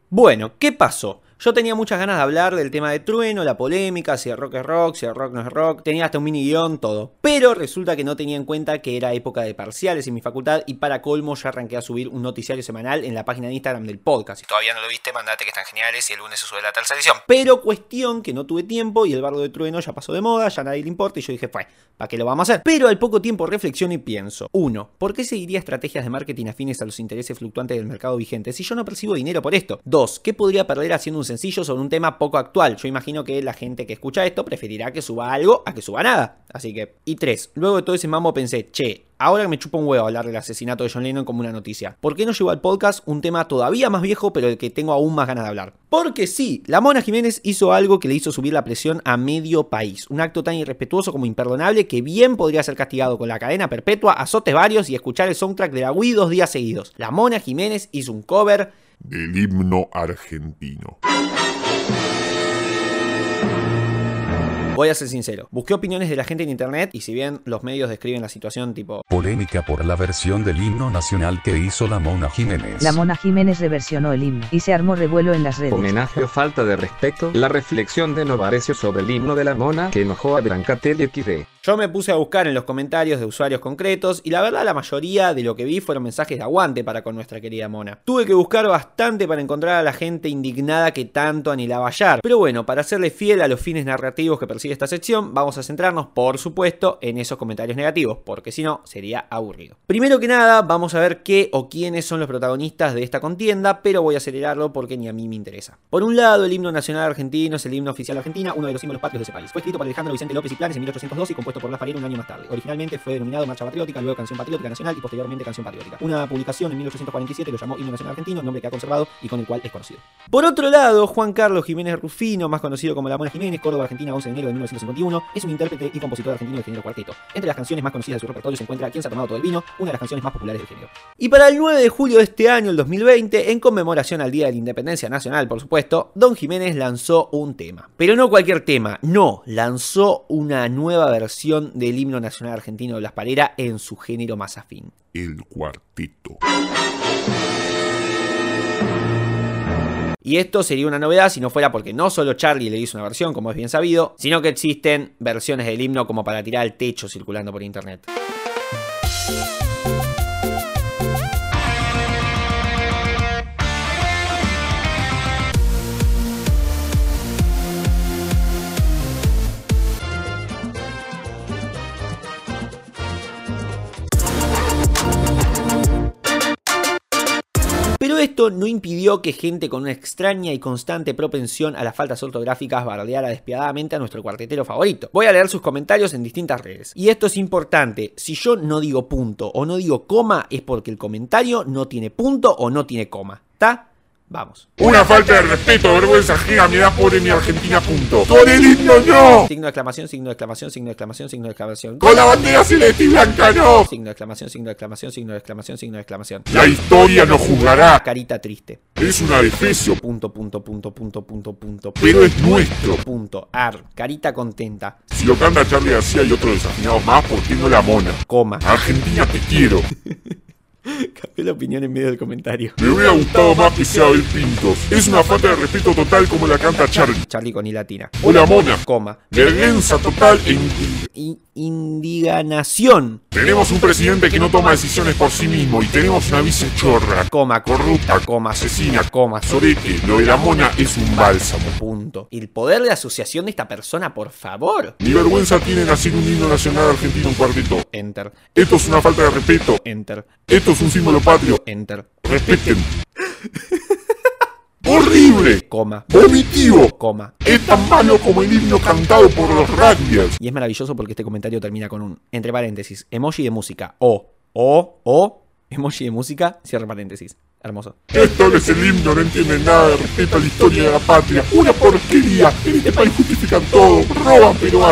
Bueno, ¿qué pasó? Yo tenía muchas ganas de hablar del tema de Trueno, la polémica, si el rock es rock, si el rock no es rock, tenía hasta un mini guión, todo. Pero resulta que no tenía en cuenta que era época de parciales en mi facultad y para colmo ya arranqué a subir un noticiario semanal en la página de Instagram del podcast. Si todavía no lo viste, mandate que están geniales y el lunes se sube la tercera edición. Pero cuestión que no tuve tiempo y el bardo de Trueno ya pasó de moda, ya a nadie le importa y yo dije, ¿para qué lo vamos a hacer? Pero al poco tiempo reflexiono y pienso, 1. ¿Por qué seguiría estrategias de marketing afines a los intereses fluctuantes del mercado vigente si yo no percibo dinero por esto? 2. ¿Qué podría perder haciendo un sencillo sobre un tema poco actual? Yo imagino que la gente que escucha esto preferirá que suba algo a que suba nada. Así que... Y 3. Luego de todo ese mambo pensé, ahora que me chupa un huevo hablar del asesinato de John Lennon como una noticia, ¿por qué no llevo al podcast un tema todavía más viejo pero del que tengo aún más ganas de hablar? Porque sí, la Mona Jiménez hizo algo que le hizo subir la presión a medio país. Un acto tan irrespetuoso como imperdonable que bien podría ser castigado con la cadena perpetua, azotes varios y escuchar el soundtrack de la Wii 2 días seguidos. La Mona Jiménez hizo un cover del himno argentino. Voy a ser sincero, busqué opiniones de la gente en internet y si bien los medios describen la situación tipo polémica por la versión del himno nacional que hizo la Mona Jiménez. La Mona Jiménez reversionó el himno y se armó revuelo en las redes. Homenaje o falta de respeto, la reflexión de Novarecio sobre el himno de la Mona que enojó a Brancatel XD. Yo me puse a buscar en los comentarios de usuarios concretos y la verdad la mayoría de lo que vi fueron mensajes de aguante para con nuestra querida Mona. Tuve que buscar bastante para encontrar a la gente indignada que tanto anhelaba hallar. Pero bueno, para serle fiel a los fines narrativos que persigue esta sección, vamos a centrarnos, por supuesto, en esos comentarios negativos, porque si no, sería aburrido. Primero que nada, vamos a ver qué o quiénes son los protagonistas de esta contienda, pero voy a acelerarlo porque ni a mí me interesa. Por un lado, el himno nacional argentino es el himno oficial de Argentina, uno de los símbolos patrios de ese país. Fue escrito por Alejandro Vicente López y Planes en 1812 y compuesto por Blas Parera un año más tarde. Originalmente fue denominado Marcha Patriótica, luego Canción Patriótica Nacional y posteriormente Canción Patriótica. Una publicación en 1847 lo llamó Himno Nacional Argentino, nombre que ha conservado y con el cual es conocido. Por otro lado, Juan Carlos Jiménez Rufino, más conocido como La Mona Jiménez, Córdoba, Argentina, 11 de enero de 1951, es un intérprete y compositor argentino de género cuarteto. Entre las canciones más conocidas de su repertorio se encuentra Quién se ha tomado todo el vino, una de las canciones más populares del género. Y para el 9 de julio de este año, el 2020, en conmemoración al Día de la Independencia Nacional, por supuesto, Don Jiménez lanzó un tema. Pero no cualquier tema, no, lanzó una nueva versión del himno nacional argentino de Blas Parera en su género más afín. El cuarteto. Y esto sería una novedad si no fuera porque no solo Charlie le hizo una versión, como es bien sabido, sino que existen versiones del himno como para tirar al techo circulando por internet. Pero esto no impidió que gente con una extraña y constante propensión a las faltas ortográficas bardeara despiadadamente a nuestro cuartetero favorito. Voy a leer sus comentarios en distintas redes. Y esto es importante, si yo no digo punto o no digo coma es porque el comentario no tiene punto o no tiene coma. ¿Está? Vamos. Una falta de respeto, vergüenza ajena, me da pobre mi Argentina, punto. ¡Con el himno no! Signo de exclamación, signo de exclamación, signo de exclamación, signo de exclamación. ¡Con la bandera celeste y blanca no! Signo de exclamación, signo de exclamación, signo de exclamación, signo de exclamación. La historia nos juzgará. Carita triste. Es una defecio. Punto. Pero es nuestro. Punto. Carita contenta. Si lo canta Charlie García y otros desafinados más, ¿por qué no la Mona? Coma. Argentina, te quiero. Cambié la opinión en medio del comentario. Me hubiera gustado más que sea Abel Pintos. Es una falta de respeto total como la canta Charlie. Charlie con I latina. Hola Mona. Coma. Vergüenza total e indignación. Tenemos un presidente que no toma decisiones por sí mismo y tenemos una vicechorra, Coma. corrupta, Asesina. Coma. sorete. Lo de la Mona es un bálsamo. Punto. El poder de asociación de esta persona, por favor. Ni vergüenza tienen hacer un himno nacional argentino en cuarteto. Enter. Esto es una falta de respeto. Enter. Esto es un símbolo patrio. Enter. Respeten. ¡Horrible! Coma. ¡Vomitivo! Coma. Es tan malo como el himno cantado por los rugbyers. Y es maravilloso porque este comentario termina con un, entre paréntesis, emoji de música. Emoji de música, cierre paréntesis. Hermoso. Esto no es el himno, no entienden nada de respeto a la historia de la patria. Una porquería. En este país justifican todo. Roban pero hacen.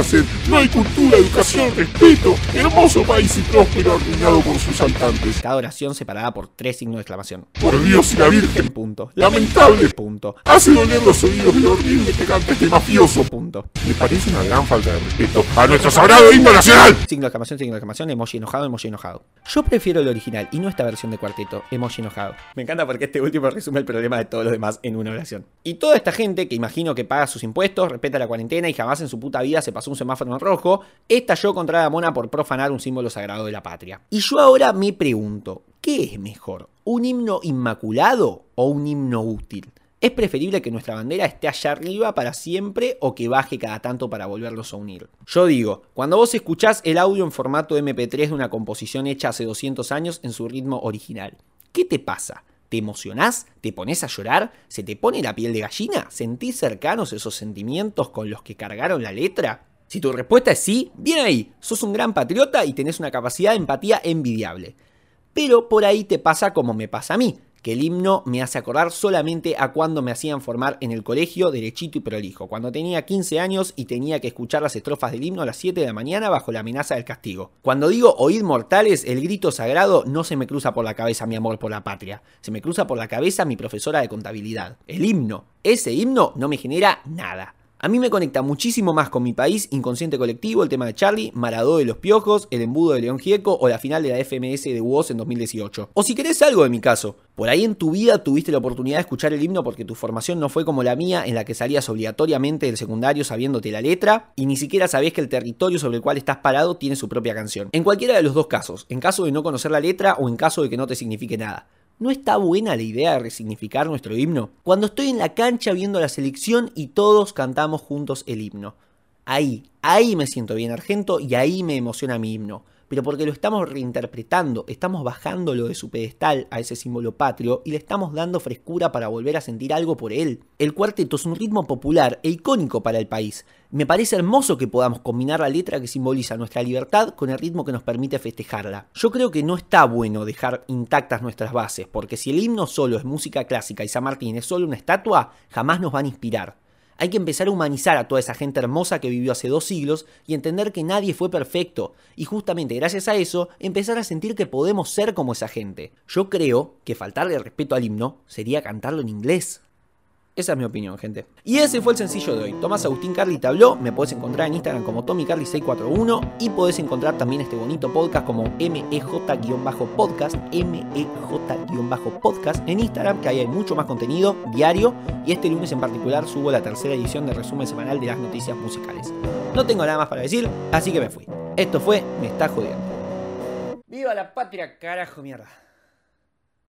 No hay cultura, educación, respeto. Hermoso país y próspero arruinado por sus habitantes. Cada oración separada por 3 signos de exclamación. Por Dios y la Virgen. Punto. Lamentable. Punto. Hace doler los oídos de horrible que canta este mafioso. Punto. Me parece una gran falta de respeto a nuestro sagrado himno nacional. Signo de exclamación, emoji enojado. Yo prefiero el original y no esta versión de cuarteto, emoji enojado. Me encanta porque este último resume el problema de todos los demás en una oración. Y toda esta gente que imagino que paga sus impuestos, respeta la cuarentena y jamás en su puta vida se pasó un semáforo en rojo, estalló contra la mona por profanar un símbolo sagrado de la patria. Y yo ahora me pregunto, ¿qué es mejor? ¿Un himno inmaculado o un himno útil? ¿Es preferible que nuestra bandera esté allá arriba para siempre o que baje cada tanto para volverlos a unir? Yo digo, cuando vos escuchás el audio en formato MP3 de una composición hecha hace 200 años en su ritmo original, ¿qué te pasa? ¿Te emocionás? ¿Te pones a llorar? ¿Se te pone la piel de gallina? ¿Sentís cercanos esos sentimientos con los que cargaron la letra? Si tu respuesta es sí, bien ahí, sos un gran patriota y tenés una capacidad de empatía envidiable. Pero por ahí te pasa como me pasa a mí, que el himno me hace acordar solamente a cuando me hacían formar en el colegio derechito y prolijo, cuando tenía 15 años y tenía que escuchar las estrofas del himno a las 7 de la mañana bajo la amenaza del castigo. Cuando digo oíd mortales, el grito sagrado no se me cruza por la cabeza mi amor por la patria, se me cruza por la cabeza mi profesora de contabilidad. El himno, ese himno no me genera nada. A mí me conecta muchísimo más con mi país, Inconsciente Colectivo, el tema de Charlie, Maradó de los Piojos, el embudo de León Gieco o la final de la FMS de UOS en 2018. O si querés algo de mi caso, por ahí en tu vida tuviste la oportunidad de escuchar el himno porque tu formación no fue como la mía, en la que salías obligatoriamente del secundario sabiéndote la letra y ni siquiera sabías que el territorio sobre el cual estás parado tiene su propia canción. En cualquiera de los dos casos, en caso de no conocer la letra o en caso de que no te signifique nada. ¿No está buena la idea de resignificar nuestro himno? Cuando estoy en la cancha viendo la selección y todos cantamos juntos el himno. Ahí me siento bien argento y ahí me emociona mi himno. Pero porque lo estamos reinterpretando, estamos bajándolo de su pedestal a ese símbolo patrio y le estamos dando frescura para volver a sentir algo por él. El cuarteto es un ritmo popular e icónico para el país. Me parece hermoso que podamos combinar la letra que simboliza nuestra libertad con el ritmo que nos permite festejarla. Yo creo que no está bueno dejar intactas nuestras bases, porque si el himno solo es música clásica y San Martín es solo una estatua, jamás nos van a inspirar. Hay que empezar a humanizar a toda esa gente hermosa que vivió hace 2 siglos y entender que nadie fue perfecto. Y justamente gracias a eso, empezar a sentir que podemos ser como esa gente. Yo creo que faltarle respeto al himno sería cantarlo en inglés. Esa es mi opinión, gente. Y ese fue el sencillo de hoy. Tomás Agustín Carli te habló. Me podés encontrar en Instagram como TommyCarli641 y podés encontrar también este bonito podcast como MEJ-podcast, MEJ-podcast en Instagram, que ahí hay mucho más contenido diario. Y este lunes en particular subo la 3ª edición de resumen semanal de las noticias musicales. No tengo nada más para decir, así que me fui. Esto fue Me está jodiendo. ¡Viva la patria, carajo, mierda!